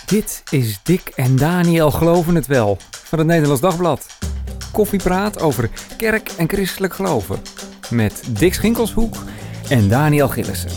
Dit is Dick en Daniel Geloven het Wel van het Nederlands Dagblad. Koffiepraat over kerk en christelijk geloven. Met Dick Schinkelshoek en Daniel Gillissen.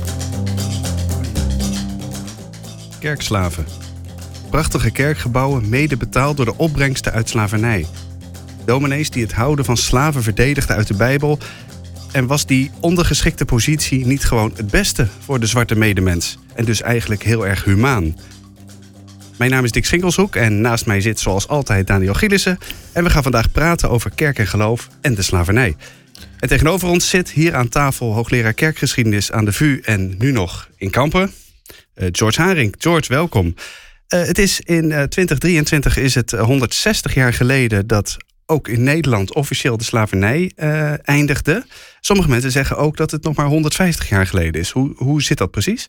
Kerkslaven. Prachtige kerkgebouwen mede betaald door de opbrengsten uit slavernij. Dominees die het houden van slaven verdedigden uit de Bijbel. En was die ondergeschikte positie niet gewoon het beste voor de zwarte medemens? En dus eigenlijk heel erg humaan. Mijn naam is Dick Schinkelshoek en naast mij zit zoals altijd Daniel Gillissen. En we gaan vandaag praten over kerk en geloof en de slavernij. En tegenover ons zit hier aan tafel hoogleraar kerkgeschiedenis aan de VU en nu nog in Kampen, George Haring. George, welkom. Het is in 2023 is het 160 jaar geleden dat ook in Nederland officieel de slavernij eindigde. Sommige mensen zeggen ook dat het nog maar 150 jaar geleden is. Hoe zit dat precies?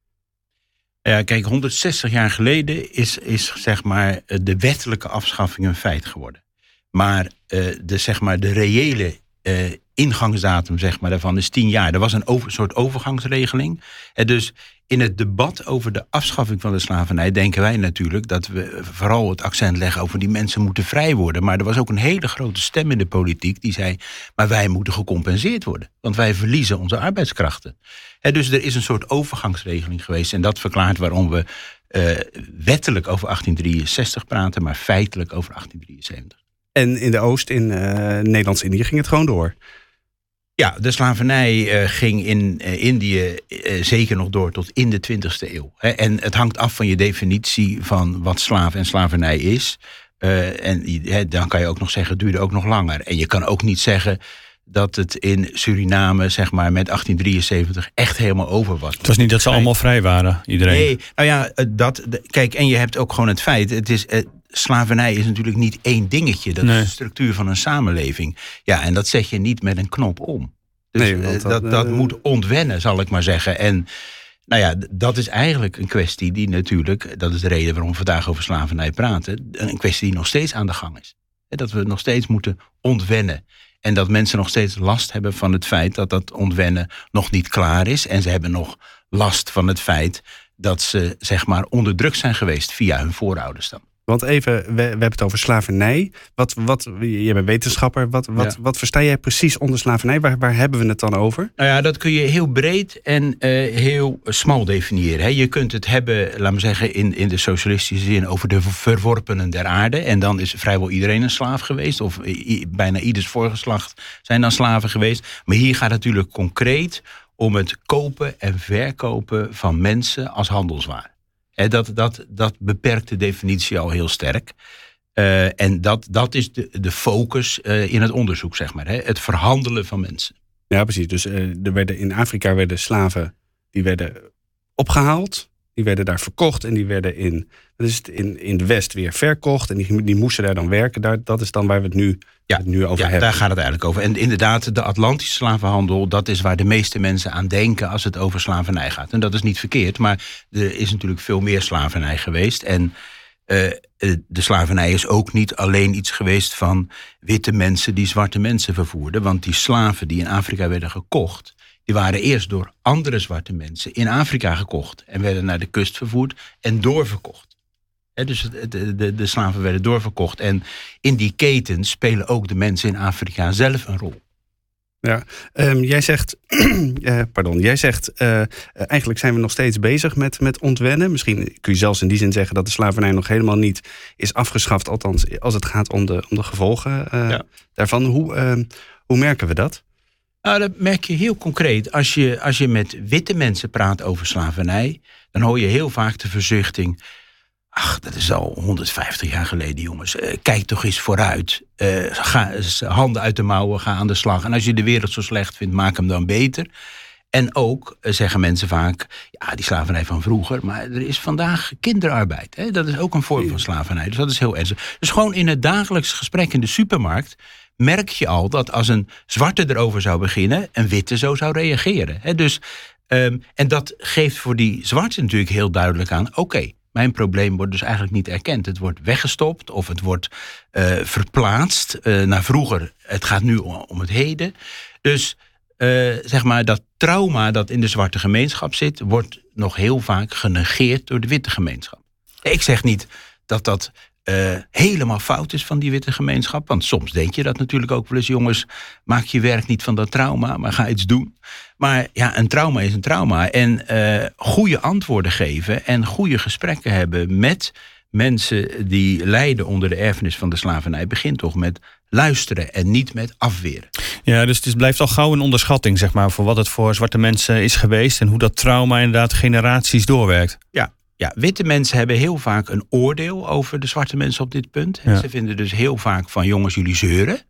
Ja, kijk, 160 jaar geleden is zeg maar de wettelijke afschaffing een feit geworden. Maar de reële ingangsdatum zeg maar, daarvan is 10 jaar. Er was een soort overgangsregeling. En dus in het debat over de afschaffing van de slavernij denken wij natuurlijk dat we vooral het accent leggen over die mensen moeten vrij worden. Maar er was ook een hele grote stem in de politiek die zei, maar wij moeten gecompenseerd worden. Want wij verliezen onze arbeidskrachten. En dus er is een soort overgangsregeling geweest. En dat verklaart waarom we wettelijk over 1863 praten, maar feitelijk over 1873. En in de Oost, in Nederlands-Indië, ging het gewoon door? Ja, de slavernij ging in Indië zeker nog door tot in de 20e eeuw. En het hangt af van je definitie van wat slaaf en slavernij is. Dan kan je ook nog zeggen, het duurde ook nog langer. En je kan ook niet zeggen dat het in Suriname, zeg maar, met 1873 echt helemaal over was. Het was niet dat ze allemaal vrij waren, iedereen. Nee, nou ja, kijk, en je hebt ook gewoon het feit, het is slavernij is natuurlijk niet één dingetje. Dat is de structuur van een samenleving. Ja, en dat zet je niet met een knop om. Dus nee, dat moet ontwennen, zal ik maar zeggen. En nou ja, dat is eigenlijk een kwestie die natuurlijk, dat is de reden waarom we vandaag over slavernij praten, een kwestie die nog steeds aan de gang is. Dat we nog steeds moeten ontwennen. En dat mensen nog steeds last hebben van het feit dat dat ontwennen nog niet klaar is. En ze hebben nog last van het feit dat ze, zeg maar, onderdrukt zijn geweest via hun voorouders dan. Want even, we hebben het over slavernij. Je bent wetenschapper. Wat versta jij precies onder slavernij? Waar hebben we het dan over? Nou ja, dat kun je heel breed en heel smal definiëren. Hè. Je kunt het hebben, laat me zeggen, in de socialistische zin over de verworpenen der aarde. En dan is vrijwel iedereen een slaaf geweest. Of bijna ieders voorgeslacht zijn dan slaven geweest. Maar hier gaat het natuurlijk concreet om het kopen en verkopen van mensen als handelswaar. Dat beperkt de definitie al heel sterk. En dat is de focus in het onderzoek, zeg maar. Het verhandelen van mensen. Ja, precies. Dus in Afrika werden slaven, die werden opgehaald. Die werden daar verkocht en die werden in de West weer verkocht. En die moesten daar dan werken. Dat is dan waar we het nu over hebben. Daar gaat het eigenlijk over. En inderdaad, de Atlantische slavenhandel, dat is waar de meeste mensen aan denken als het over slavernij gaat. En dat is niet verkeerd, maar er is natuurlijk veel meer slavernij geweest. En de slavernij is ook niet alleen iets geweest van witte mensen die zwarte mensen vervoerden. Want die slaven die in Afrika werden gekocht, die waren eerst door andere zwarte mensen in Afrika gekocht en werden naar de kust vervoerd en doorverkocht. Dus de slaven werden doorverkocht. En in die keten spelen ook de mensen in Afrika zelf een rol. Ja, jij zegt, eigenlijk zijn we nog steeds bezig met ontwennen. Misschien kun je zelfs in die zin zeggen dat de slavernij nog helemaal niet is afgeschaft. Althans, als het gaat om de gevolgen daarvan. Hoe merken we dat? Nou, dat merk je heel concreet. Als je met witte mensen praat over slavernij, dan hoor je heel vaak de verzuchting: ach, dat is al 150 jaar geleden, jongens. Kijk toch eens vooruit. Ga handen uit de mouwen, ga aan de slag. En als je de wereld zo slecht vindt, maak hem dan beter. En ook zeggen mensen vaak, ja, die slavernij van vroeger, maar er is vandaag kinderarbeid. Hè? Dat is ook een vorm van slavernij. Dus dat is heel ernstig. Dus gewoon in het dagelijks gesprek in de supermarkt merk je al dat als een zwarte erover zou beginnen, een witte zo zou reageren. Hè? Dus, en dat geeft voor die zwarte natuurlijk heel duidelijk aan, oké, mijn probleem wordt dus eigenlijk niet erkend. Het wordt weggestopt of het wordt verplaatst naar vroeger. Het gaat nu om het heden. Dus zeg maar dat trauma dat in de zwarte gemeenschap zit, wordt nog heel vaak genegeerd door de witte gemeenschap. Ik zeg niet dat helemaal fout is van die witte gemeenschap. Want soms denk je dat natuurlijk ook wel eens. Jongens, maak je werk niet van dat trauma, maar ga iets doen. Maar ja, een trauma is een trauma. En goede antwoorden geven en goede gesprekken hebben met mensen die lijden onder de erfenis van de slavernij begint toch met luisteren en niet met afweren. Ja, dus het blijft al gauw een onderschatting, zeg maar, voor wat het voor zwarte mensen is geweest en hoe dat trauma inderdaad generaties doorwerkt. Ja, witte mensen hebben heel vaak een oordeel over de zwarte mensen op dit punt. Ja. Ze vinden dus heel vaak van jongens, jullie zeuren.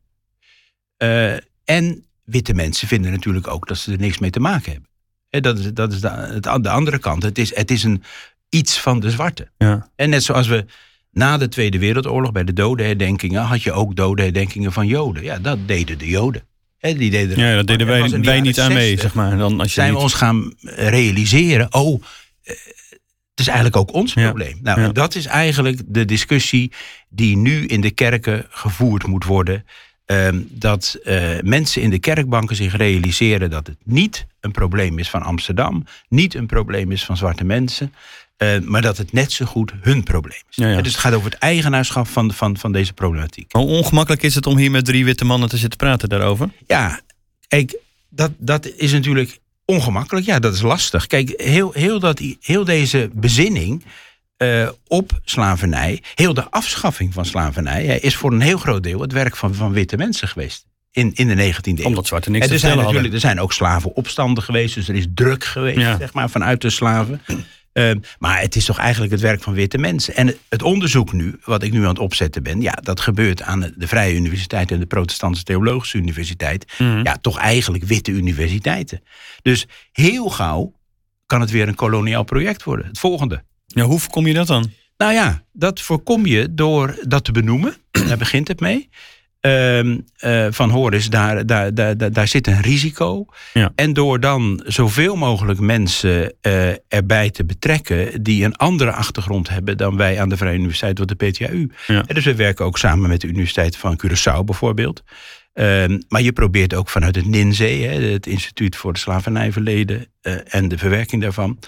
En witte mensen vinden natuurlijk ook dat ze er niks mee te maken hebben. Dat is de andere kant. Het is iets van de zwarte. Ja. En net zoals we na de Tweede Wereldoorlog bij de dodenherdenkingen had je ook dodenherdenkingen van Joden. Ja, dat deden de Joden. Die deden dat deden wij niet aan mee, zeg maar. Dan als je zijn we ons gaan realiseren, het is eigenlijk ook ons probleem. Nou, en dat is eigenlijk de discussie die nu in de kerken gevoerd moet worden. Dat mensen in de kerkbanken zich realiseren dat het niet een probleem is van Amsterdam, niet een probleem is van zwarte mensen, maar dat het net zo goed hun probleem is. Ja. Dus het gaat over het eigenaarschap van deze problematiek. Hoe ongemakkelijk is het om hier met 3 witte mannen te zitten praten daarover? Ja, kijk, dat is natuurlijk ongemakkelijk. Ja, dat is lastig. Kijk, heel deze bezinning op slavernij, heel de afschaffing van slavernij, is voor een heel groot deel het werk van witte mensen geweest. In de 19e eeuw. Omdat zwarte niks te vertellen hadden. Er zijn ook slavenopstanden geweest, dus er is druk geweest, zeg maar, vanuit de slaven. Maar het is toch eigenlijk het werk van witte mensen. En het onderzoek nu, wat ik nu aan het opzetten ben, dat gebeurt aan de Vrije Universiteit en de Protestantse Theologische Universiteit. Ja, toch eigenlijk witte universiteiten. Dus heel gauw kan het weer een koloniaal project worden. Het volgende. Ja, hoe voorkom je dat dan? Nou ja, dat voorkom je door dat te benoemen. Daar begint het mee. Van hoor eens, daar zit een risico. Ja. En door dan zoveel mogelijk mensen erbij te betrekken die een andere achtergrond hebben dan wij aan de Vrije Universiteit of de PTAU. Ja. En dus we werken ook samen met de Universiteit van Curaçao bijvoorbeeld. Maar je probeert ook vanuit het NINSE, het Instituut voor het Slavernijverleden en de verwerking daarvan,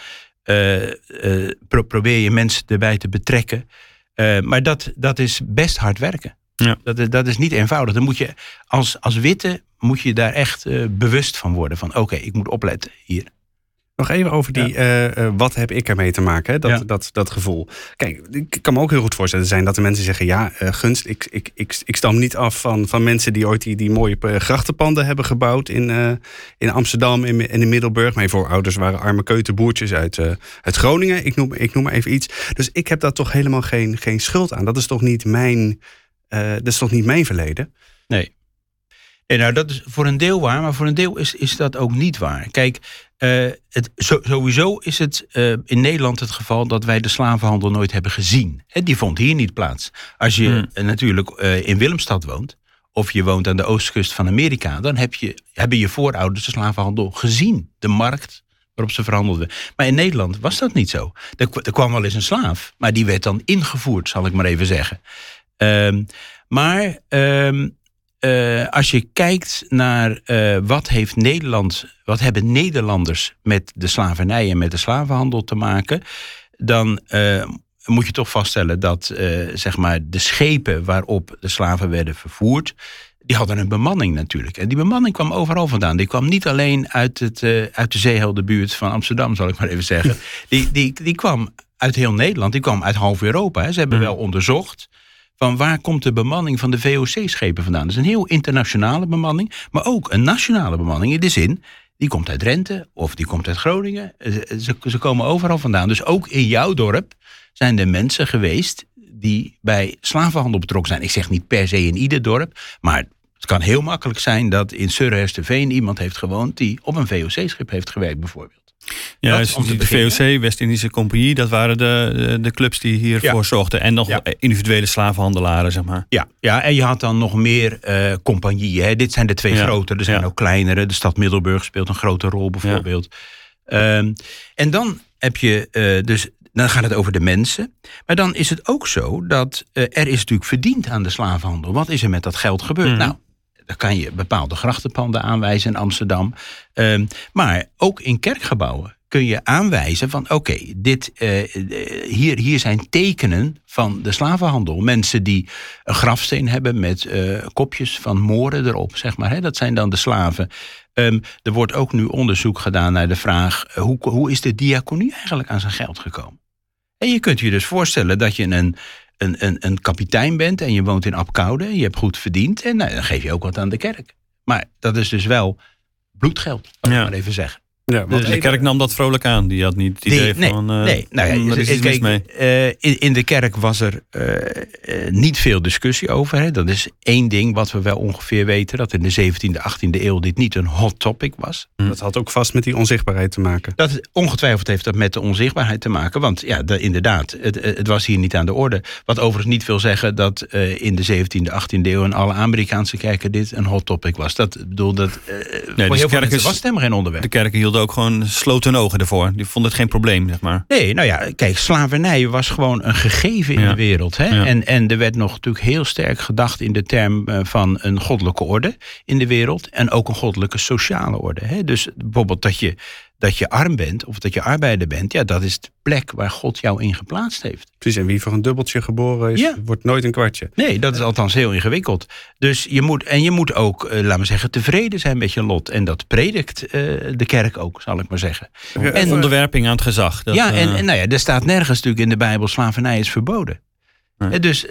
probeer je mensen erbij te betrekken. Maar dat is best hard werken. Ja. Dat is niet eenvoudig. Dan moet je als witte moet je daar echt bewust van worden. Van oké, ik moet opletten hier. Nog even over die, wat heb ik ermee te maken, hè? Dat gevoel. Kijk, ik kan me ook heel goed voorstellen zijn dat de mensen zeggen, Gunst, ik stam niet af van mensen die ooit die mooie grachtenpanden hebben gebouwd in Amsterdam en in Middelburg. Mijn voorouders waren arme keutenboertjes uit Groningen. Ik noem maar even iets. Dus ik heb daar toch helemaal geen schuld aan. Dat is toch niet mijn verleden? Nee. Nou, dat is voor een deel waar, maar voor een deel is dat ook niet waar. Kijk, sowieso is het in Nederland het geval dat wij de slavenhandel nooit hebben gezien. Die vond hier niet plaats. Als je natuurlijk in Willemstad woont, of je woont aan de oostkust van Amerika, dan hebben je voorouders de slavenhandel gezien. De markt waarop ze verhandelden. Maar in Nederland was dat niet zo. Er kwam wel eens een slaaf, maar die werd dan ingevoerd, zal ik maar even zeggen. Als je kijkt naar wat hebben Nederlanders met de slavernij en met de slavenhandel te maken, dan moet je toch vaststellen dat zeg maar de schepen waarop de slaven werden vervoerd, die hadden een bemanning natuurlijk. En die bemanning kwam overal vandaan. Die kwam niet alleen uit de zeeheldenbuurt van Amsterdam, zal ik maar even zeggen. Die kwam uit heel Nederland, die kwam uit half Europa. Hè. Ze hebben wel onderzocht van waar komt de bemanning van de VOC-schepen vandaan. Dat is een heel internationale bemanning, maar ook een nationale bemanning in de zin, die komt uit Drenthe of die komt uit Groningen. Ze komen overal vandaan. Dus ook in jouw dorp zijn er mensen geweest die bij slavenhandel betrokken zijn. Ik zeg niet per se in ieder dorp, maar het kan heel makkelijk zijn dat in Surre-Hersterveen iemand heeft gewoond die op een VOC-schip heeft gewerkt bijvoorbeeld. Ja, dus de VOC, West-Indische Compagnie, dat waren de clubs die hiervoor zorgden. En nog individuele slavenhandelaren, zeg maar. Ja, en je had dan nog meer compagnieën. Hè. Dit zijn de 2 grote, er zijn ook kleinere. De stad Middelburg speelt een grote rol bijvoorbeeld. En dan heb je dan gaat het over de mensen. Maar dan is het ook zo dat er is natuurlijk verdiend aan de slavenhandel. Wat is er met dat geld gebeurd? Nou, dan kan je bepaalde grachtenpanden aanwijzen in Amsterdam. Maar ook in kerkgebouwen kun je aanwijzen van oké, hier zijn tekenen van de slavenhandel. Mensen die een grafsteen hebben met kopjes van moren erop, zeg maar. Hè? Dat zijn dan de slaven. Er wordt ook nu onderzoek gedaan naar de vraag, hoe is de diaconie eigenlijk aan zijn geld gekomen? En je kunt je dus voorstellen dat je een kapitein bent en je woont in Apkoude en je hebt goed verdiend en dan geef je ook wat aan de kerk. Maar dat is dus wel bloedgeld, zal ik maar even zeggen. Ja, want de kerk nam dat vrolijk aan. Die had niet het idee van... Nee. Nou ja, in de kerk was er niet veel discussie over. Hè. Dat is één ding wat we wel ongeveer weten. Dat in de 17e, 18e eeuw dit niet een hot topic was. Dat had ook vast met die onzichtbaarheid te maken. Ongetwijfeld heeft dat met de onzichtbaarheid te maken. Want ja, inderdaad, het was hier niet aan de orde. Wat overigens niet wil zeggen dat in de 17e, 18e eeuw... in alle Amerikaanse kerken dit een hot topic was. Voor heel veel mensen was het helemaal geen onderwerp. De kerken hielden ook gewoon sloten ogen ervoor. Die vonden het geen probleem, zeg maar. Nee, nou ja, kijk, slavernij was gewoon een gegeven in de wereld. Hè? Ja. En er werd nog natuurlijk heel sterk gedacht in de term van een goddelijke orde in de wereld. En ook een goddelijke sociale orde. Hè? Dus bijvoorbeeld dat je arm bent of dat je arbeider bent. Ja, dat is de plek waar God jou in geplaatst heeft. Precies, en wie voor een dubbeltje geboren is, wordt nooit een kwartje. Nee, dat is althans heel ingewikkeld. Dus je moet ook, laten we zeggen, tevreden zijn met je lot. En dat predikt de kerk ook, zal ik maar zeggen. En onderwerping aan het gezag. Nou ja, er staat nergens natuurlijk in de Bijbel slavernij is verboden. Nee. Dus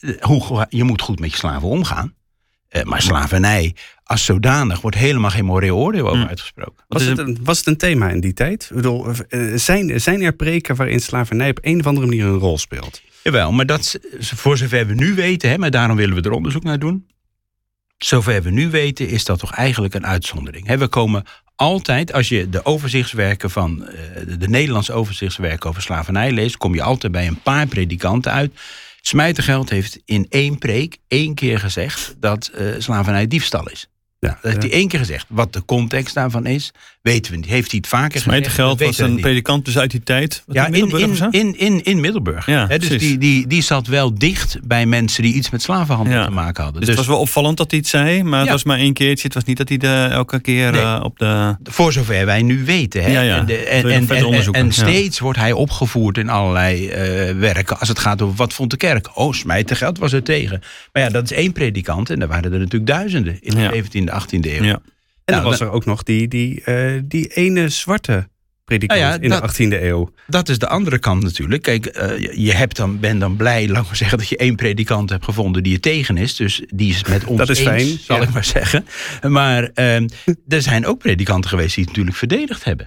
je moet goed met je slaven omgaan. Maar slavernij als zodanig wordt helemaal geen moreel oordeel over uitgesproken. Was het een thema in die tijd? Ik bedoel, zijn er preken waarin slavernij op een of andere manier een rol speelt? Jawel, maar dat voor zover we nu weten, hè, maar daarom willen we er onderzoek naar doen. Zover we nu weten is dat toch eigenlijk een uitzondering. We komen altijd, als je de overzichtswerken van de Nederlandse overzichtswerken over slavernij leest, kom je altijd bij een paar predikanten uit. Smijtergeld heeft in één preek 1 keer gezegd dat slavernij diefstal is. Ja, dat heeft hij 1 keer gezegd. Wat de context daarvan is, weten we niet. Heeft hij het vaker gezegd? Smijtergeld was een predikant dus uit die tijd? Ja, in Middelburg. Ja, dus die zat wel dicht bij mensen die iets met slavenhandel te maken hadden. Dus het was wel opvallend dat hij het zei, maar het was maar 1 keertje. Het was niet dat hij elke keer op de... Voor zover wij nu weten. Hè. En steeds wordt hij opgevoerd in allerlei werken als het gaat over wat vond de kerk. Smijtergeld was er tegen. Maar ja, dat is 1 predikant en daar waren er natuurlijk duizenden in de 17e, 18e eeuw. Ja. En dan was er ook nog die ene zwarte predikant in de 18e eeuw. Dat is de andere kant natuurlijk. Kijk, je bent dan blij, laten we zeggen, dat je 1 predikant hebt gevonden die er tegen is. Dus die is met ons dat is eens, fijn, zal ik maar zeggen. Maar er zijn ook predikanten geweest die het natuurlijk verdedigd hebben.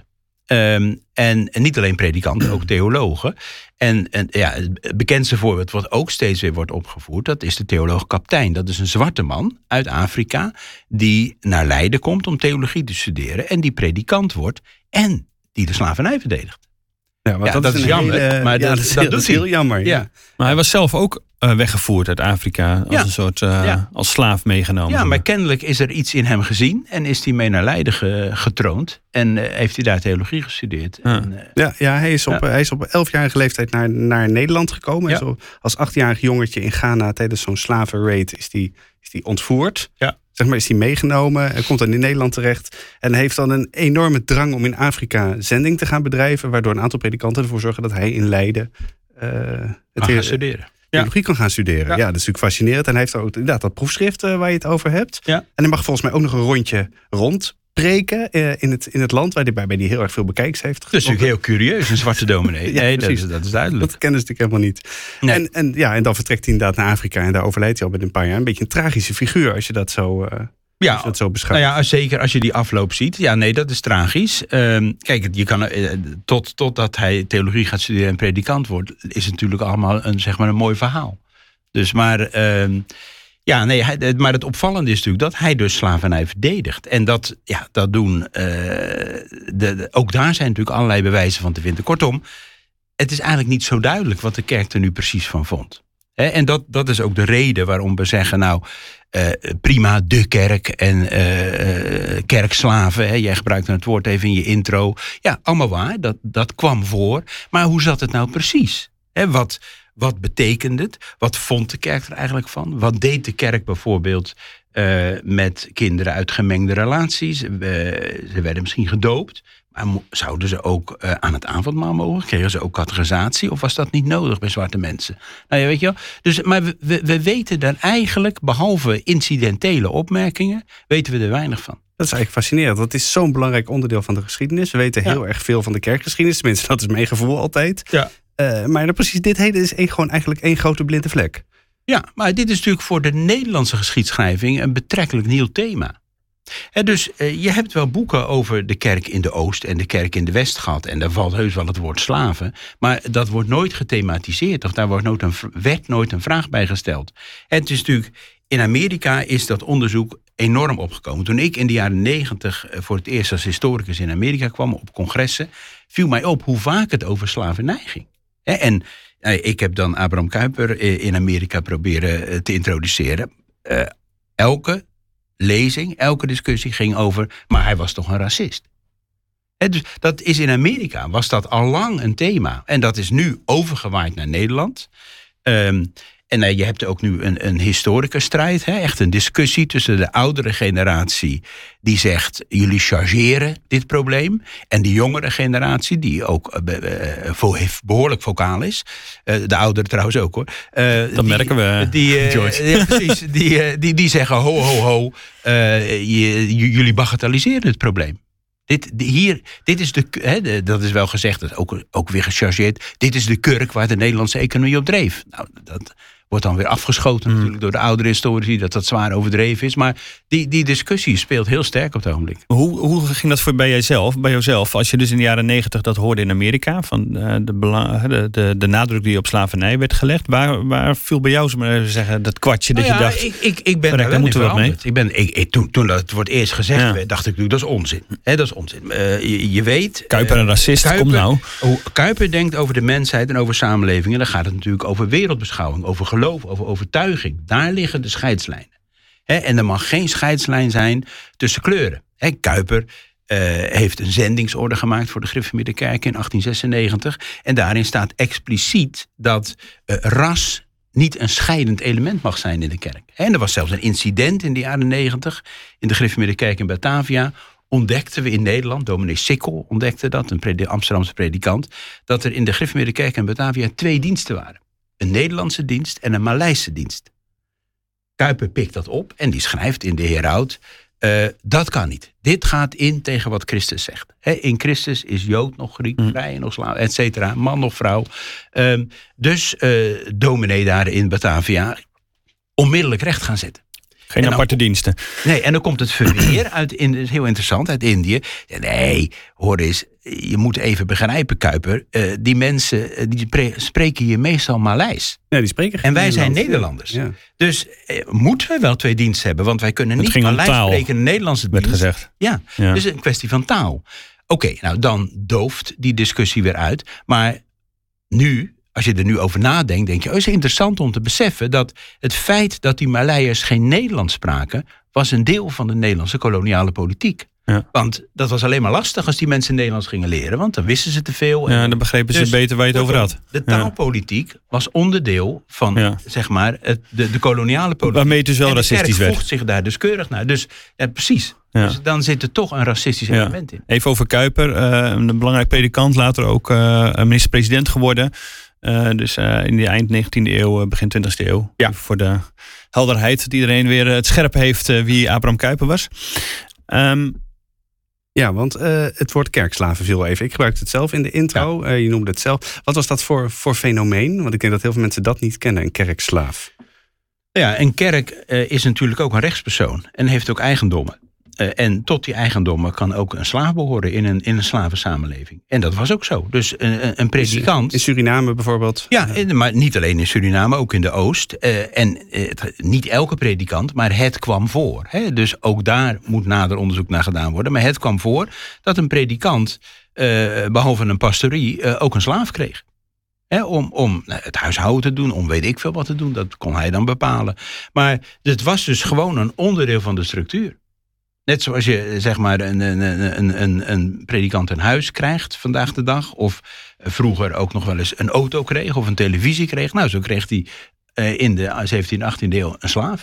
En niet alleen predikanten, ook theologen. En het bekendste voorbeeld wat ook steeds weer wordt opgevoerd, dat is de theoloog Kaptein. Dat is een zwarte man uit Afrika die naar Leiden komt om theologie te studeren en die predikant wordt en die de slavernij verdedigt. Ja, maar dat is jammer. Maar dat is heel jammer. Ja. Maar hij was zelf ook weggevoerd uit Afrika als een soort als slaaf meegenomen. Ja, maar kennelijk is er iets in hem gezien en is hij mee naar Leiden getroond en heeft hij daar theologie gestudeerd. Hij is op 11-jarige leeftijd naar Nederland gekomen. Ja. Als 8-jarig jongetje in Ghana tijdens zo'n slavenraid is die ontvoerd. Ja. Zeg maar, is hij meegenomen en komt dan in Nederland terecht. En heeft dan een enorme drang om in Afrika zending te gaan bedrijven. Waardoor een aantal predikanten ervoor zorgen dat hij in Leiden gaan studeren. Theologie kan gaan studeren. Ja, dat is natuurlijk fascinerend. En hij heeft ook inderdaad dat proefschrift waar je het over hebt. Ja. En hij mag volgens mij ook nog een rondje rondpreken in het land waar hij heel erg veel bekijks heeft. Dat is natuurlijk heel curieus, een zwarte dominee. Dat is duidelijk. Dat kennen ze natuurlijk helemaal niet. Nee. En dan vertrekt hij inderdaad naar Afrika en daar overlijdt hij al met een paar jaar. Een beetje een tragische figuur als je dat zo... dat zo beschouwt. Nou ja, zeker als je die afloop ziet. Ja, nee, dat is tragisch. Kijk, je kan totdat hij theologie gaat studeren en predikant wordt, is het natuurlijk allemaal een mooi verhaal. Dus maar het opvallende is natuurlijk dat hij dus slavernij verdedigt. En dat doen ook daar zijn natuurlijk allerlei bewijzen van te vinden. Kortom, het is eigenlijk niet zo duidelijk wat de kerk er nu precies van vond. En dat is ook de reden waarom we zeggen, prima, de kerk en kerkslaven. Jij gebruikte het woord even in je intro. Ja, allemaal waar, dat kwam voor. Maar hoe zat het nou precies? Wat betekende het? Wat vond de kerk er eigenlijk van? Wat deed de kerk bijvoorbeeld met kinderen uit gemengde relaties? Ze werden misschien gedoopt. zouden ze ook aan het avondmaal mogen? Kregen ze ook catechisatie? Of was dat niet nodig bij zwarte mensen? Nou ja, weet je wel. Dus, maar we weten daar eigenlijk, behalve incidentele opmerkingen, weten we er weinig van. Dat is eigenlijk fascinerend. Dat is zo'n belangrijk onderdeel van de geschiedenis. We weten heel erg veel van de kerkgeschiedenis. Tenminste, dat is mijn gevoel altijd. Ja. Maar precies dit hele is gewoon eigenlijk één grote blinde vlek. Ja, maar dit is natuurlijk voor de Nederlandse geschiedschrijving een betrekkelijk nieuw thema. Dus je hebt wel boeken over de kerk in de Oost en de kerk in de West gehad. En daar valt heus wel het woord slaven. Maar dat wordt nooit gethematiseerd. Of daar werd nooit een vraag bij gesteld. En het is natuurlijk, in Amerika is dat onderzoek enorm opgekomen. Toen ik in de jaren 90 voor het eerst als historicus in Amerika kwam op congressen, viel mij op hoe vaak het over slavernij ging. En ik heb dan Abraham Kuyper in Amerika proberen te introduceren. Elke lezing, elke discussie ging over, maar hij was toch een racist. Dus dat is in Amerika, was dat al lang een thema. En dat is nu overgewaaid naar Nederland. En je hebt ook nu een historicusstrijd. Echt een discussie tussen de oudere generatie die zegt, jullie chargeren dit probleem. En de jongere generatie die ook behoorlijk vocaal is. De ouderen trouwens ook hoor. Dat merken we, George. Ja, precies. Die zeggen, ho. Jullie bagatelliseren het probleem. Dit is dat is wel gezegd, dat is ook weer gechargeerd. Dit is de kurk waar de Nederlandse economie op dreef. Nou, dat wordt dan weer afgeschoten natuurlijk door de oudere historici, dat zwaar overdreven is. Maar die discussie speelt heel sterk op het ogenblik. Hoe ging dat bij jouzelf? Als je dus in de jaren 90 dat hoorde in Amerika, van de nadruk die op slavernij werd gelegd, waar viel bij jou, maar zeggen, dat kwartje dat je dacht, ik ben daar moeten we wat mee. Toen dat wordt eerst gezegd werd, dacht ik, dat is onzin. Dat is onzin. Je weet, Kuyper een racist, kom nou. Kuyper denkt over de mensheid en over samenlevingen. Dan gaat het natuurlijk over wereldbeschouwing, over geloof, over overtuiging. Daar liggen de scheidslijnen. En er mag geen scheidslijn zijn tussen kleuren. Kuyper heeft een zendingsorde gemaakt voor de Gereformeerde Kerk in 1896. En daarin staat expliciet dat ras niet een scheidend element mag zijn in de kerk. En er was zelfs een incident in de jaren 90 in de Gereformeerde Kerk in Batavia. Ontdekten we in Nederland, dominee Sikkel ontdekte dat, een Amsterdamse predikant, dat er in de Gereformeerde Kerk in Batavia 2 diensten waren. Een Nederlandse dienst en een Maleise dienst. Kuyper pikt dat op en die schrijft in de Heraut, dat kan niet. Dit gaat in tegen wat Christus zegt. In Christus is Jood nog Griek, vrij nog slaaf, et cetera, man nog vrouw. Dus dominee daar in Batavia onmiddellijk recht gaan zetten. Geen aparte diensten. Nee, en dan komt het verweer uit, is heel interessant, uit Indië. Nee, hoor eens, je moet even begrijpen, Kuyper. Die mensen, die spreken hier meestal Maleis. Ja, die spreken en wij zijn Nederlanders. Ja. Dus moeten we wel 2 diensten hebben? Want wij kunnen niet Maleis spreken in de Nederlandse dienst. Werd gezegd. Ja, dus een kwestie van taal. Oké, nou dan dooft die discussie weer uit. Maar nu, als je er nu over nadenkt, denk je, het is interessant om te beseffen dat het feit dat die Maleiërs geen Nederlands spraken, was een deel van de Nederlandse koloniale politiek. Ja. Want dat was alleen maar lastig als die mensen Nederlands gingen leren, want dan wisten ze te veel. Ja, dan begrepen ze beter waar je het over had. De taalpolitiek was onderdeel van, zeg maar, de koloniale politiek. Waarmee het dus wel racistisch werd. En de kerk voegt zich daar dus keurig naar. Dus precies. Ja. Dus dan zit er toch een racistisch element in. Even over Kuyper, een belangrijk predikant, later ook minister-president geworden. Dus in de eind 19e eeuw, begin 20e eeuw. Ja. Voor de helderheid, dat iedereen weer het scherp heeft wie Abraham Kuyper was. Ja, want het woord kerkslaven viel even. Ik gebruikte het zelf in de intro. Ja. Je noemde het zelf. Wat was dat voor fenomeen? Want ik denk dat heel veel mensen dat niet kennen, een kerkslaaf. Ja, een kerk is natuurlijk ook een rechtspersoon en heeft ook eigendommen. En tot die eigendommen kan ook een slaaf behoren in een slavensamenleving. En dat was ook zo. Dus een predikant. In Suriname bijvoorbeeld? Ja, maar niet alleen in Suriname, ook in de Oost. En niet elke predikant, maar het kwam voor. Hè? Dus ook daar moet nader onderzoek naar gedaan worden. Maar het kwam voor dat een predikant, behalve een pastorie, ook een slaaf kreeg. Om het huishouden te doen, om weet ik veel wat te doen. Dat kon hij dan bepalen. Maar het was dus gewoon een onderdeel van de structuur. Net zoals je zeg maar een predikant een huis krijgt vandaag de dag. Of vroeger ook nog wel eens een auto kreeg of een televisie kreeg. Nou, zo kreeg hij in de 17e, 18e eeuw een slaaf.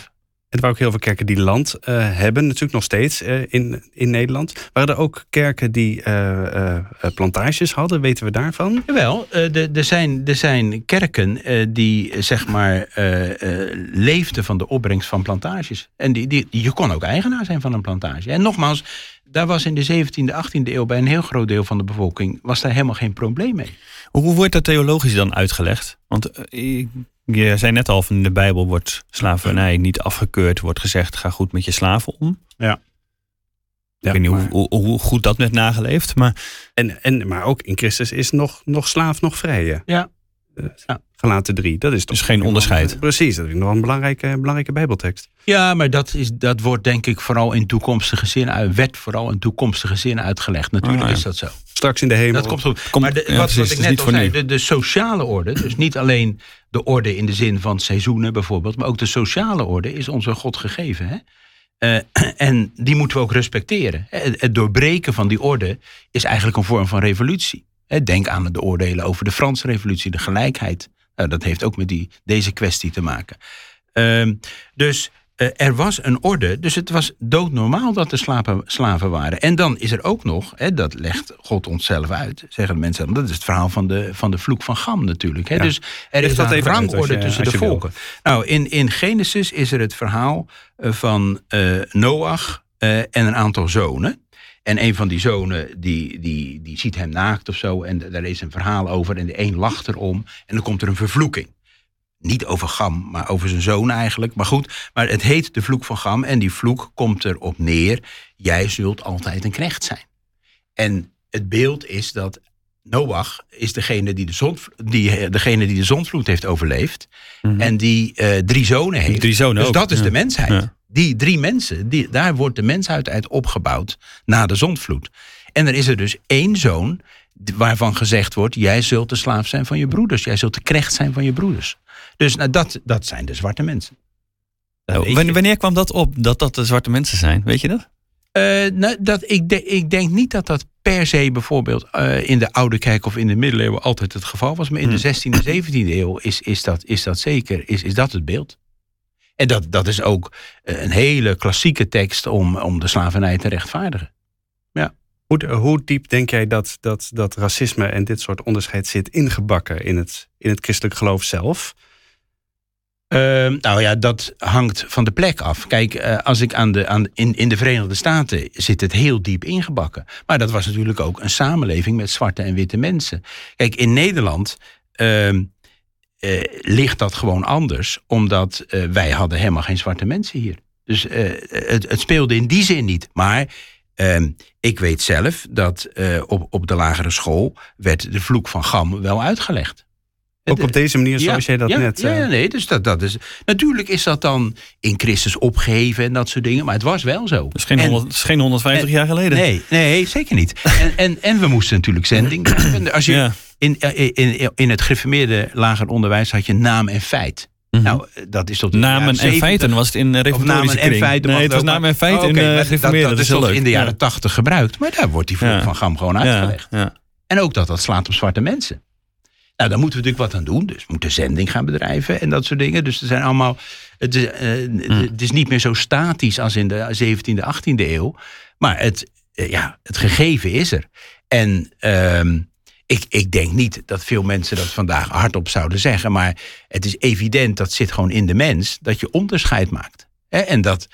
Er waren ook heel veel kerken die land hebben, natuurlijk nog steeds in Nederland. Waren er ook kerken die plantages hadden, weten we daarvan? Jawel, er zijn kerken die zeg maar leefden van de opbrengst van plantages. En je kon ook eigenaar zijn van een plantage. En nogmaals, daar was in de 17e, 18e eeuw bij een heel groot deel van de bevolking was daar helemaal geen probleem mee. Hoe wordt dat theologisch dan uitgelegd? Want je zei net al, van in de Bijbel wordt slavernij niet afgekeurd. Wordt gezegd, ga goed met je slaven om. Ja. Ik weet niet hoe goed dat werd nageleefd. Maar Maar ook in Christus is nog slaaf, nog vrije. Ja. Galaten 3, dat is toch dus geen onderscheid. Precies, dat is nog een belangrijke Bijbeltekst. Ja, maar dat wordt denk ik vooral in toekomstige zin werd vooral in toekomstige zin uitgelegd. Natuurlijk is dat zo. Straks in de hemel. Dat komt goed. Maar wat ik net al zei, de sociale orde, dus niet alleen de orde in de zin van seizoenen bijvoorbeeld, maar ook de sociale orde is onze God gegeven. Hè? En die moeten we ook respecteren. Het doorbreken van die orde is eigenlijk een vorm van revolutie. Denk aan de oordelen over de Franse revolutie, de gelijkheid. Dat heeft ook met deze kwestie te maken. Dus er was een orde, dus het was doodnormaal dat er slaven waren. En dan is er ook nog, dat legt God onszelf uit, zeggen de mensen, dat is het verhaal van de vloek van Cham natuurlijk. Ja. Dus er is een rangorde tussen de volken. Nou, in Genesis is er het verhaal van Noach en een aantal zonen. En een van die zonen, die ziet hem naakt of zo. En daar is een verhaal over. En de een lacht erom. En dan komt er een vervloeking. Niet over Cham, maar over zijn zoon eigenlijk. Maar goed, maar het heet de vloek van Cham. En die vloek komt erop neer. Jij zult altijd een knecht zijn. En het beeld is dat Noach is degene die de zondvloed heeft overleefd. Mm-hmm. En die 3 zonen heeft. 3 zonen dus ook. dat is de mensheid. Ja. Die 3 mensen, daar wordt de mensheid uit opgebouwd na de zondvloed. En er is er dus 1 zoon waarvan gezegd wordt, jij zult de slaaf zijn van je broeders. Jij zult de knecht zijn van je broeders. Dus dat zijn de zwarte mensen. Wanneer kwam dat op, dat de zwarte mensen zijn? Weet je dat? Ik denk niet dat per se bijvoorbeeld in de Oude Kerk of in de Middeleeuwen altijd het geval was. Maar in de 16e, 17e eeuw is dat zeker, is dat het beeld. En dat is ook een hele klassieke tekst om de slavernij te rechtvaardigen. Ja. Hoe diep denk jij dat racisme en dit soort onderscheid zit ingebakken in het christelijk geloof zelf? Nou ja, dat hangt van de plek af. Kijk, als ik in de Verenigde Staten zit het heel diep ingebakken. Maar dat was natuurlijk ook een samenleving met zwarte en witte mensen. Kijk, in Nederland ligt dat gewoon anders, omdat wij hadden helemaal geen zwarte mensen hier. Dus het speelde in die zin niet. Maar ik weet zelf dat op de lagere school werd de vloek van Cham wel uitgelegd. Ook op deze manier zoals jij dat net... Ja, nee, dus dat is... Natuurlijk is dat dan in Christus opgeheven en dat soort dingen, maar het was wel zo. Het is geen 150 jaar geleden. Nee, zeker niet. En we moesten natuurlijk zending krijgen. Als je in het gereformeerde lager onderwijs had je naam en feit. Mm-hmm. Nou, dat is tot de namen en feiten was het in reformatorische kring. Nee, het was namen en feiten in gereformeerde. Dat is tot in de jaren 80 gebruikt. Maar daar wordt die vloek van Cham gewoon uitgelegd. Ja. En ook dat slaat op zwarte mensen. Nou, daar moeten we natuurlijk wat aan doen. Dus we moeten zending gaan bedrijven en dat soort dingen. Dus er zijn allemaal... Het is niet meer zo statisch als in de 17e, 18e eeuw. Maar het gegeven is er. En ik denk niet dat veel mensen dat vandaag hardop zouden zeggen. Maar het is evident, dat zit gewoon in de mens, dat je onderscheid maakt. En dat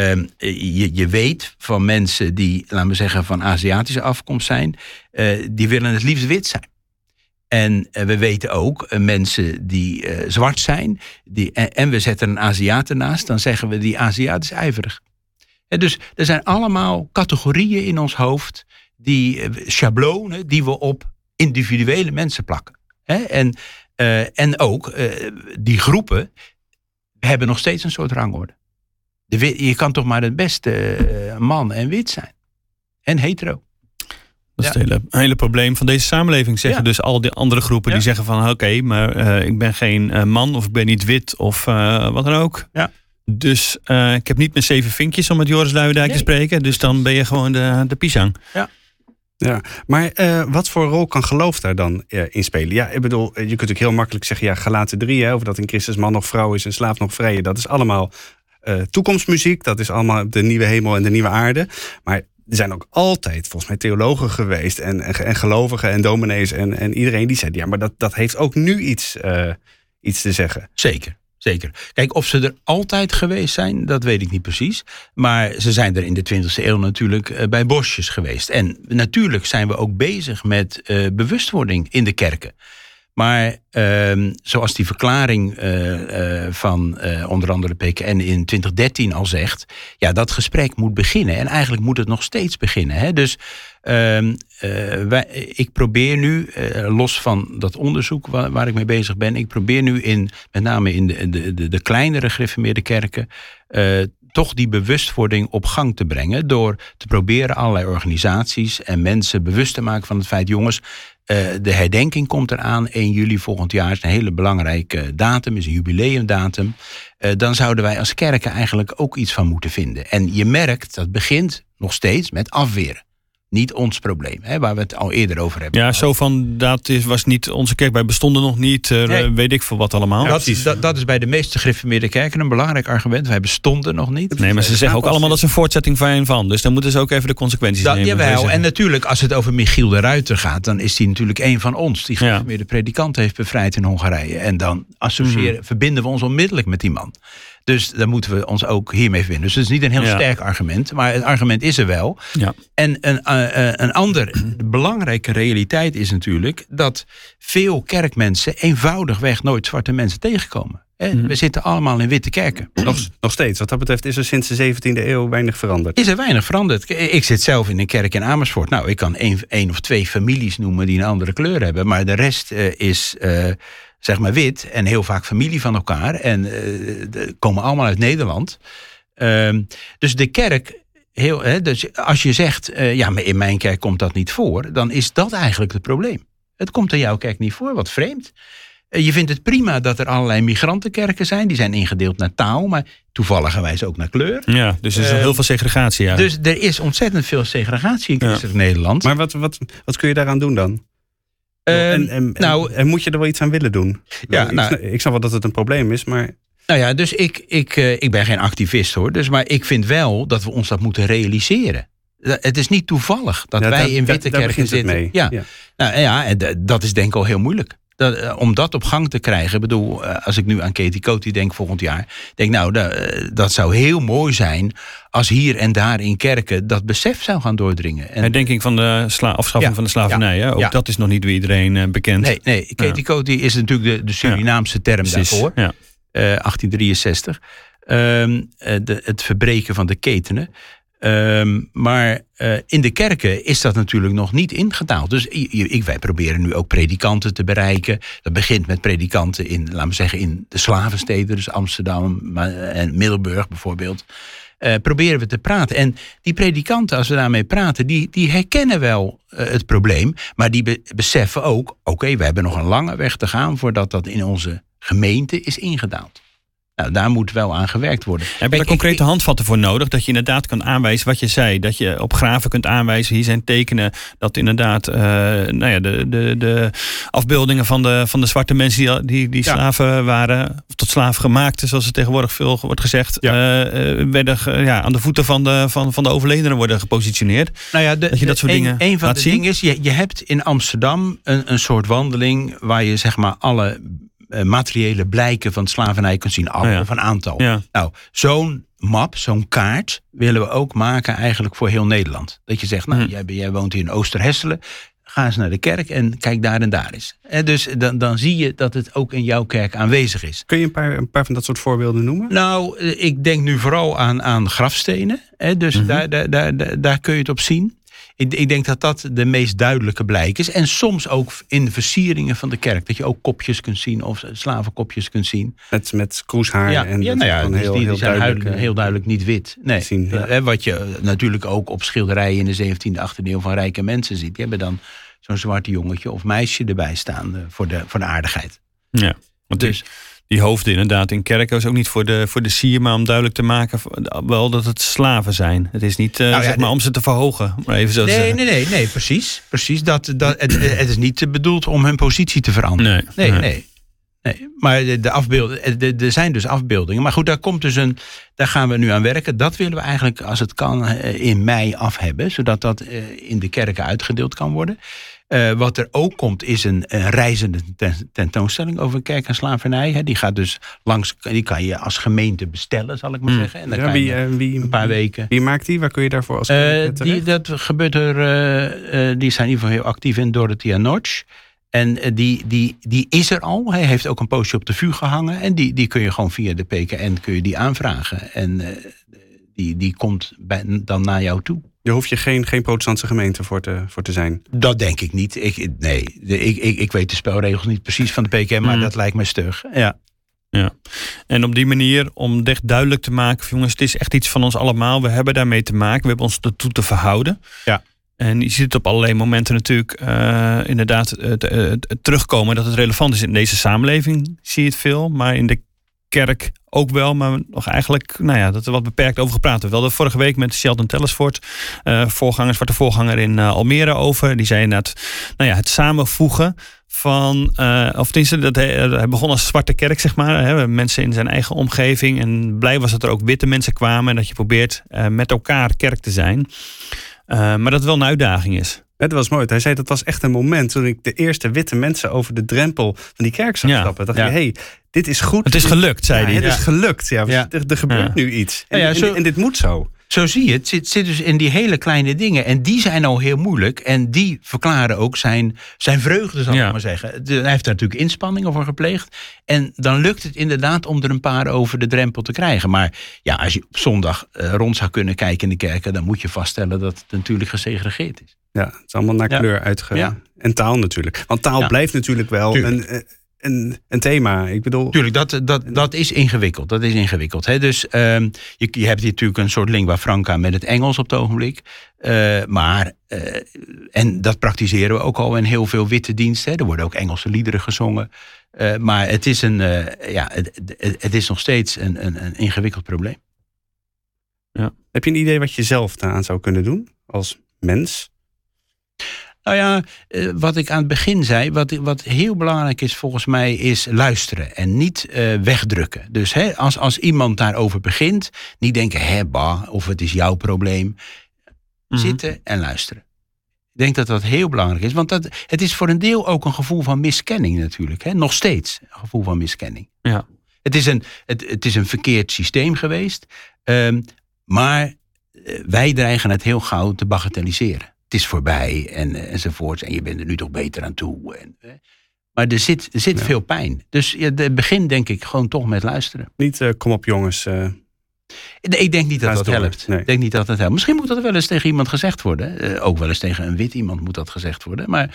je weet van mensen die, laten we zeggen, van Aziatische afkomst zijn. Die willen het liefst wit zijn. En we weten ook mensen die zwart zijn. En we zetten een Aziat ernaast. Dan zeggen we die Aziat is ijverig. Dus er zijn allemaal categorieën in ons hoofd. Schablonen die we op individuele mensen plakken. En ook die groepen hebben nog steeds een soort rangorde. Je kan toch maar het beste man en wit zijn. En hetero. Dat is het hele probleem van deze samenleving. Zeggen dus al die andere groepen die zeggen van oké, maar ik ben geen man of ik ben niet wit of wat dan ook. Ja. Dus ik heb niet mijn 7 vinkjes om met Joris Luijendijk te spreken. Dus dan ben je gewoon de pisang. Ja, maar wat voor rol kan geloof daar dan in spelen? Ja, ik bedoel, je kunt natuurlijk heel makkelijk zeggen, Galaten 3, over dat in Christus man nog vrouw is en slaaf nog vrije. Dat is allemaal toekomstmuziek. Dat is allemaal de nieuwe hemel en de nieuwe aarde. Maar er zijn ook altijd volgens mij theologen geweest en gelovigen en dominees en iedereen die zei, ja, maar dat heeft ook nu iets te zeggen. Zeker. Kijk, of ze er altijd geweest zijn, dat weet ik niet precies. Maar ze zijn er in de 20e eeuw natuurlijk bij bosjes geweest. En natuurlijk zijn we ook bezig met bewustwording in de kerken. Maar zoals die verklaring van onder andere PKN in 2013 al zegt, ja, dat gesprek moet beginnen. En eigenlijk moet het nog steeds beginnen. Hè? Dus ik probeer nu, los van dat onderzoek waar ik mee bezig ben, ik probeer nu met name in de kleinere gereformeerde kerken toch die bewustwording op gang te brengen door te proberen allerlei organisaties en mensen bewust te maken van het feit, jongens, de herdenking komt eraan, 1 juli volgend jaar, is een hele belangrijke datum, is een jubileumdatum. Dan zouden wij als kerken eigenlijk ook iets van moeten vinden. En je merkt, dat begint nog steeds met afweren. Niet ons probleem, hè, waar we het al eerder over hebben. Ja, zo van, was niet onze kerk, wij bestonden nog niet, weet ik veel wat allemaal. Ja, dat is bij de meeste gereformeerde kerken een belangrijk argument. Wij bestonden nog niet. Nee, maar ze zeggen ook allemaal dat ze een voortzetting van. Dus dan moeten ze ook even de consequenties nemen. Jawel, en natuurlijk, als het over Michiel de Ruiter gaat, dan is hij natuurlijk een van ons, die gereformeerde predikant heeft bevrijd in Hongarije. En dan verbinden we ons onmiddellijk met die man. Dus daar moeten we ons ook hiermee vinden. Dus het is niet een heel sterk argument, maar het argument is er wel. Ja. En een andere belangrijke realiteit is natuurlijk dat veel kerkmensen eenvoudigweg nooit zwarte mensen tegenkomen. We zitten allemaal in witte kerken. Nog steeds. Wat dat betreft is er sinds de 17e eeuw weinig veranderd. Is er weinig veranderd. Ik zit zelf in een kerk in Amersfoort. Nou, ik kan 1 of 2 families noemen die een andere kleur hebben. Maar de rest is zeg maar wit en heel vaak familie van elkaar. En komen allemaal uit Nederland. Dus de kerk, dus als je zegt, ja, maar in mijn kerk komt dat niet voor, dan is dat eigenlijk het probleem. Het komt in jouw kerk niet voor, wat vreemd. Je vindt het prima dat er allerlei migrantenkerken zijn. Die zijn ingedeeld naar taal, maar toevalligerwijs ook naar kleur. Ja, dus er is heel veel segregatie. Ja. Dus er is ontzettend veel segregatie in christelijk Nederland. Maar wat kun je daaraan doen dan? En moet je er wel iets aan willen doen? Ja, ik snap wel dat het een probleem is, maar... Nou ja, dus ik ben geen activist hoor. Dus, maar ik vind wel dat we ons dat moeten realiseren. Het is niet toevallig dat wij in witte kerken zitten. Mee. Ja. Nou ja, en dat is denk ik al heel moeilijk. Om dat op gang te krijgen, ik bedoel, als ik nu aan Katie Coty denk volgend jaar, denk dat zou heel mooi zijn als hier en daar in kerken dat besef zou gaan doordringen. Herdenking van de afschaffing van de slavernij, hè? Ook dat is nog niet bij iedereen bekend. Nee, Katie Coty is natuurlijk de Surinaamse term daarvoor. Ja. 1863. Het verbreken van de ketenen. Maar in de kerken is dat natuurlijk nog niet ingetaald. Dus wij proberen nu ook predikanten te bereiken. Dat begint met predikanten in de slavensteden, dus Amsterdam en Middelburg bijvoorbeeld. Proberen we te praten. En die predikanten, als we daarmee praten, die herkennen wel het probleem. Maar die beseffen ook, oké, we hebben nog een lange weg te gaan voordat dat in onze gemeente is ingedaald. Nou, daar moet wel aan gewerkt worden. Heb je daar concrete handvatten voor nodig? Dat je inderdaad kan aanwijzen wat je zei. Dat je op graven kunt aanwijzen. Hier zijn tekenen dat inderdaad de afbeeldingen van de zwarte mensen die slaven waren, of tot slaven gemaakt, zoals het tegenwoordig veel wordt gezegd, werden aan de voeten van de overledenen worden gepositioneerd. Nou ja, dat je dat soort dingen een van laat de zien. dingen is, je hebt in Amsterdam een soort wandeling waar je zeg maar alle materiële blijken van slavernij kunt zien, of een aantal. Ja. Nou, zo'n map, zo'n kaart willen we ook maken eigenlijk voor heel Nederland. Dat je zegt, jij woont hier in Oosterhesselen, ga eens naar de kerk en kijk daar en daar eens. En dus dan zie je dat het ook in jouw kerk aanwezig is. Kun je een paar van dat soort voorbeelden noemen? Nou, ik denk nu vooral aan grafstenen. Dus daar kun je het op zien. Ik denk dat dat de meest duidelijke blijk is. En soms ook in de versieringen van de kerk. Dat je ook kopjes kunt zien of slavenkopjes kunt zien. Met kroeshaar. Die zijn heel duidelijk niet wit. Nee. Wat je natuurlijk ook op schilderijen in de 17e, 18e eeuw van rijke mensen ziet. Die hebben dan zo'n zwarte jongetje of meisje erbij staan voor de aardigheid. Ja, want dus die hoofden inderdaad in kerken is ook niet voor de sier, maar om duidelijk te maken wel dat het slaven zijn. Het is niet om ze te verhogen, maar even zo te zeggen. Nee, precies. Het is niet bedoeld om hun positie te veranderen. Nee. Maar er zijn dus afbeeldingen. Maar goed, daar gaan we nu aan werken. Dat willen we eigenlijk, als het kan, in mei af hebben. Zodat dat in de kerken uitgedeeld kan worden. Wat er ook komt, is een reizende tentoonstelling over kerk en slavernij. Die gaat dus die kan je als gemeente bestellen, zal ik maar zeggen. En dan kan je een paar weken. Wie maakt die? Waar kun je daarvoor als gemeente dat gebeurt die zijn in ieder geval heel actief in Dorothea Notch. En die is er al. Hij heeft ook een poosje op de vuur gehangen. En die kun je gewoon via de PKN kun je die aanvragen. En die komt dan naar jou toe. Daar hoef je geen protestantse gemeente voor te zijn. Dat denk ik niet. Ik weet de spelregels niet precies van de PKN, maar dat lijkt me stug. Ja. En op die manier, om echt duidelijk te maken, jongens, het is echt iets van ons allemaal. We hebben daarmee te maken. We hebben ons ertoe te verhouden. Ja. En je ziet het op allerlei momenten natuurlijk inderdaad het terugkomen dat het relevant is. In deze samenleving zie je het veel, maar in de kerk ook wel, maar nog eigenlijk, dat er wat beperkt over gepraat. We hadden vorige week met Sheldon Tellersford, zwarte voorganger in Almere over. Die zei inderdaad, het samenvoegen van, of tenminste, hij begon als zwarte kerk, zeg maar. Hè, mensen in zijn eigen omgeving. En blij was dat er ook witte mensen kwamen en dat je probeert met elkaar kerk te zijn. Maar dat het wel een uitdaging is. Het was mooi. Hij zei dat was echt een moment toen ik de eerste witte mensen over de drempel van die kerk zag stappen. Dacht ik, dit is goed. Het is gelukt, zei hij. Het is gelukt. Ja. Er gebeurt nu iets. En dit moet zo. Zo zie je het. Het zit dus in die hele kleine dingen. En die zijn al heel moeilijk. En die verklaren ook zijn vreugde, zal ik maar zeggen. Hij heeft er natuurlijk inspanningen voor gepleegd. En dan lukt het inderdaad om er een paar over de drempel te krijgen. Maar als je op zondag rond zou kunnen kijken in de kerken, dan moet je vaststellen dat het natuurlijk gesegregeerd is. Ja, het is allemaal naar kleur en taal natuurlijk. Want taal blijft natuurlijk wel een thema. Ik bedoel, tuurlijk, dat is ingewikkeld. Dat is ingewikkeld. Hè? Dus je hebt hier natuurlijk een soort lingua franca met het Engels op het ogenblik. En dat praktiseren we ook al in heel veel witte diensten. Hè? Er worden ook Engelse liederen gezongen. Maar het is het is nog steeds een ingewikkeld probleem. Ja. Heb je een idee wat je zelf daaraan zou kunnen doen als mens? Wat ik aan het begin zei, wat heel belangrijk is volgens mij, is luisteren en niet wegdrukken. Dus als iemand daarover begint, niet denken, of het is jouw probleem. Zitten en luisteren. Ik denk dat dat heel belangrijk is, want het is voor een deel ook een gevoel van miskenning natuurlijk. Hè? Nog steeds een gevoel van miskenning. Ja. Het is een verkeerd systeem geweest, maar wij dreigen het heel gauw te bagatelliseren. Het is voorbij enzovoorts. En je bent er nu toch beter aan toe. Maar er zit veel pijn. Dus begin denk ik gewoon toch met luisteren. Niet kom op jongens. Ik denk niet dat dat helpt. Nee. Ik denk niet dat dat helpt. Misschien moet dat wel eens tegen iemand gezegd worden. Ook wel eens tegen een wit iemand moet dat gezegd worden. Maar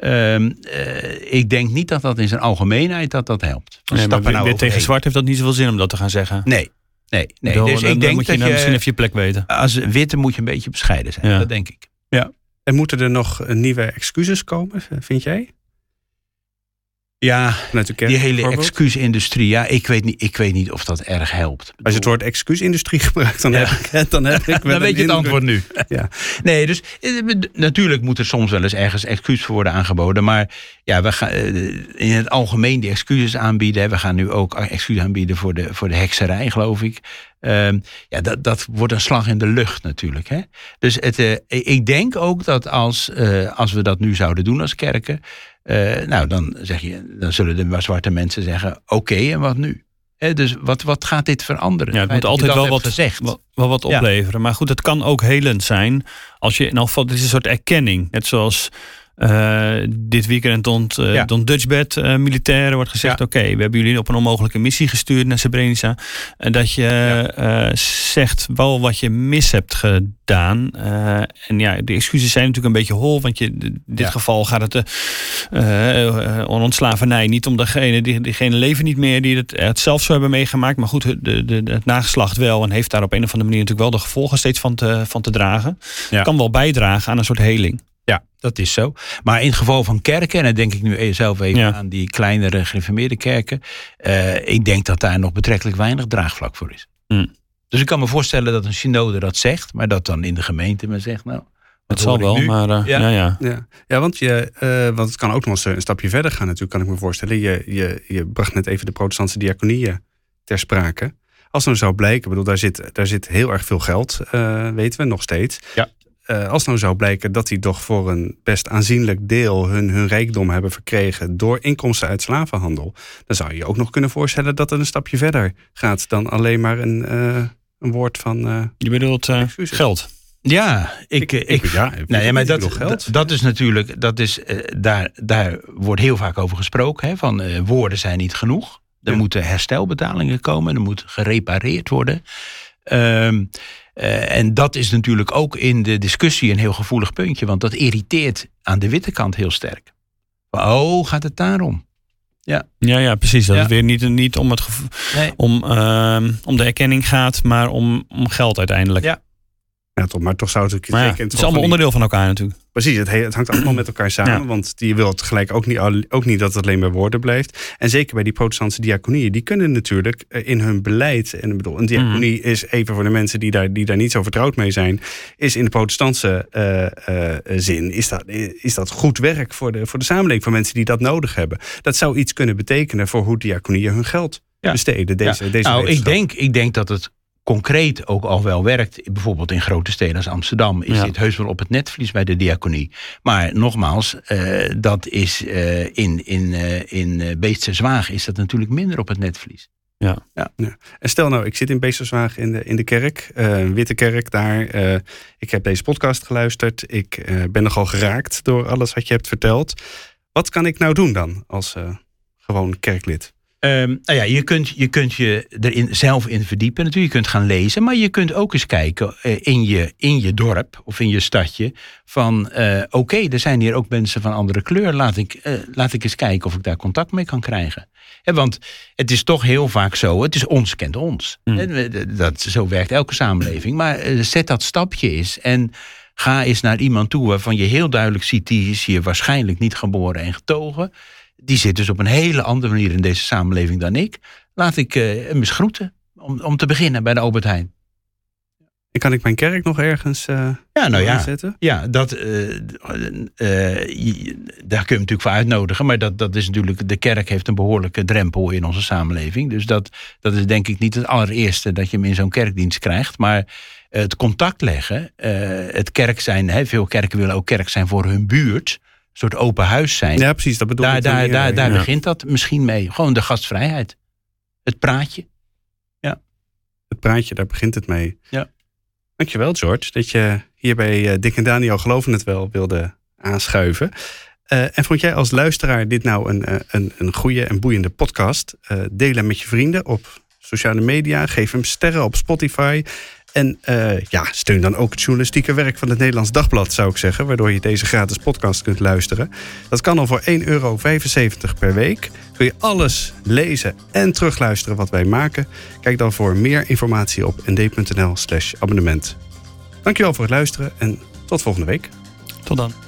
ik denk niet dat dat in zijn algemeenheid dat helpt. Maar tegen zwart heeft dat niet zoveel zin om dat te gaan zeggen. Nee. Dus ik denk dat je misschien even je plek weten. Als witte moet je een beetje bescheiden zijn. Ja. Dat denk ik. Ja. En moeten er nog nieuwe excuses komen, vind jij? Ja, die hele excuusindustrie. Ja, ik weet niet of dat erg helpt. Als je het woord excuusindustrie gebruikt, dan heb ik wel dan weet je het antwoord nu. Ja. Nee, dus natuurlijk moet er soms wel eens ergens excuus voor worden aangeboden. Maar we gaan in het algemeen die excuses aanbieden. We gaan nu ook excuus aanbieden voor de hekserij, geloof ik. Dat wordt een slag in de lucht natuurlijk. Hè? Dus ik denk ook dat als we dat nu zouden doen als kerken, dan zullen de zwarte mensen zeggen, oké, en wat nu? Dus wat gaat dit veranderen? Ja, het moet altijd wel wat opleveren. Ja. Maar goed, het kan ook helend zijn als je in elk geval, het is een soort erkenning. Net zoals dit weekend Don Dutchbed militairen wordt gezegd, oké, we hebben jullie op een onmogelijke missie gestuurd naar Srebrenica. En dat je zegt wel wat je mis hebt gedaan. De excuses zijn natuurlijk een beetje hol, want in dit geval gaat het om slavernij. Niet om diegene leven niet meer die het zelf zo hebben meegemaakt. Maar goed, het nageslacht wel en heeft daar op een of andere manier natuurlijk wel de gevolgen steeds van te dragen. Ja. Kan wel bijdragen aan een soort heling. Ja, dat is zo. Maar in het geval van kerken, en dan denk ik nu zelf even aan die kleinere gereformeerde kerken. Ik denk dat daar nog betrekkelijk weinig draagvlak voor is. Dus ik kan me voorstellen dat een synode dat zegt, maar dat dan in de gemeente men zegt, Het zal wel, maar ja. Ja, want het kan ook nog eens een stapje verder gaan natuurlijk, kan ik me voorstellen. Je bracht net even de protestantse diaconieën ter sprake. Als nou zou blijken, bedoel, daar zit heel erg veel geld, weten we nog steeds. Ja. Als nou zou blijken dat die toch voor een best aanzienlijk deel hun rijkdom hebben verkregen door inkomsten uit slavenhandel, dan zou je je ook nog kunnen voorstellen dat het een stapje verder gaat dan alleen maar een woord van. Je bedoelt geld? Ja, maar dat is natuurlijk, daar wordt heel vaak over gesproken. Hè, van woorden zijn niet genoeg. Er moeten herstelbetalingen komen, er moet gerepareerd worden. En dat is natuurlijk ook in de discussie een heel gevoelig puntje. Want dat irriteert aan de witte kant heel sterk. Gaat het daarom? Ja, precies. Dat het weer niet om om de erkenning gaat, maar om geld uiteindelijk. Ja, maar toch zou het... Het is allemaal onderdeel van elkaar natuurlijk. Precies, het hangt allemaal met elkaar samen. Want die wil tegelijk ook niet dat het alleen bij woorden blijft. En zeker bij die protestantse diaconieën. Die kunnen natuurlijk in hun beleid... En ik bedoel, een diaconie is even voor de mensen die daar niet zo vertrouwd mee zijn... is in de protestantse zin... Is dat goed werk voor de samenleving. Voor mensen die dat nodig hebben. Dat zou iets kunnen betekenen voor hoe diaconieën hun geld besteden. Ik denk dat het concreet ook al wel werkt. Bijvoorbeeld in grote steden als Amsterdam is dit heus wel op het netvlies bij de diaconie. Maar nogmaals, dat is in Beesterswaag is dat natuurlijk minder op het netvlies. Ja. En stel nou, ik zit in Beesterswaag in de kerk, een witte kerk daar. Ik heb deze podcast geluisterd. Ik ben nogal geraakt door alles wat je hebt verteld. Wat kan ik nou doen dan als gewoon kerklid? Je kunt je erin zelf in verdiepen. Natuurlijk, je kunt gaan lezen. Maar je kunt ook eens kijken in je dorp of in je stadje. Van er zijn hier ook mensen van andere kleur. Laat ik eens kijken of ik daar contact mee kan krijgen. Want het is toch heel vaak zo. Het is ons kent ons. Zo werkt elke samenleving. Maar zet dat stapje eens. En ga eens naar iemand toe waarvan je heel duidelijk ziet. Die is hier waarschijnlijk niet geboren en getogen. Die zit dus op een hele andere manier in deze samenleving dan ik. Laat ik hem eens groeten. Om te beginnen bij de Albert Heijn. En kan ik mijn kerk nog ergens aanzetten? Ja, daar kun je natuurlijk voor uitnodigen. Maar dat is natuurlijk, de kerk heeft een behoorlijke drempel in onze samenleving. Dus dat is denk ik niet het allereerste dat je hem in zo'n kerkdienst krijgt. Maar het contact leggen, het kerk zijn. Veel kerken willen ook kerk zijn voor hun buurt. Soort open huis zijn. Ja, precies. Dat bedoel ik. Daar begint dat misschien mee. Gewoon de gastvrijheid. Het praatje. Ja. Het praatje, daar begint het mee. Ja. Dankjewel, George, dat je hier bij Dick en Daniel Geloven het Wel wilde aanschuiven. En vond jij als luisteraar dit nou een goede en boeiende podcast? Deel hem met je vrienden op sociale media. Geef hem sterren op Spotify. En steun dan ook het journalistieke werk van het Nederlands Dagblad, zou ik zeggen. Waardoor je deze gratis podcast kunt luisteren. Dat kan al voor €1,75 per week. Wil je alles lezen en terugluisteren wat wij maken? Kijk dan voor meer informatie op nd.nl/abonnement. Dankjewel voor het luisteren en tot volgende week. Tot dan.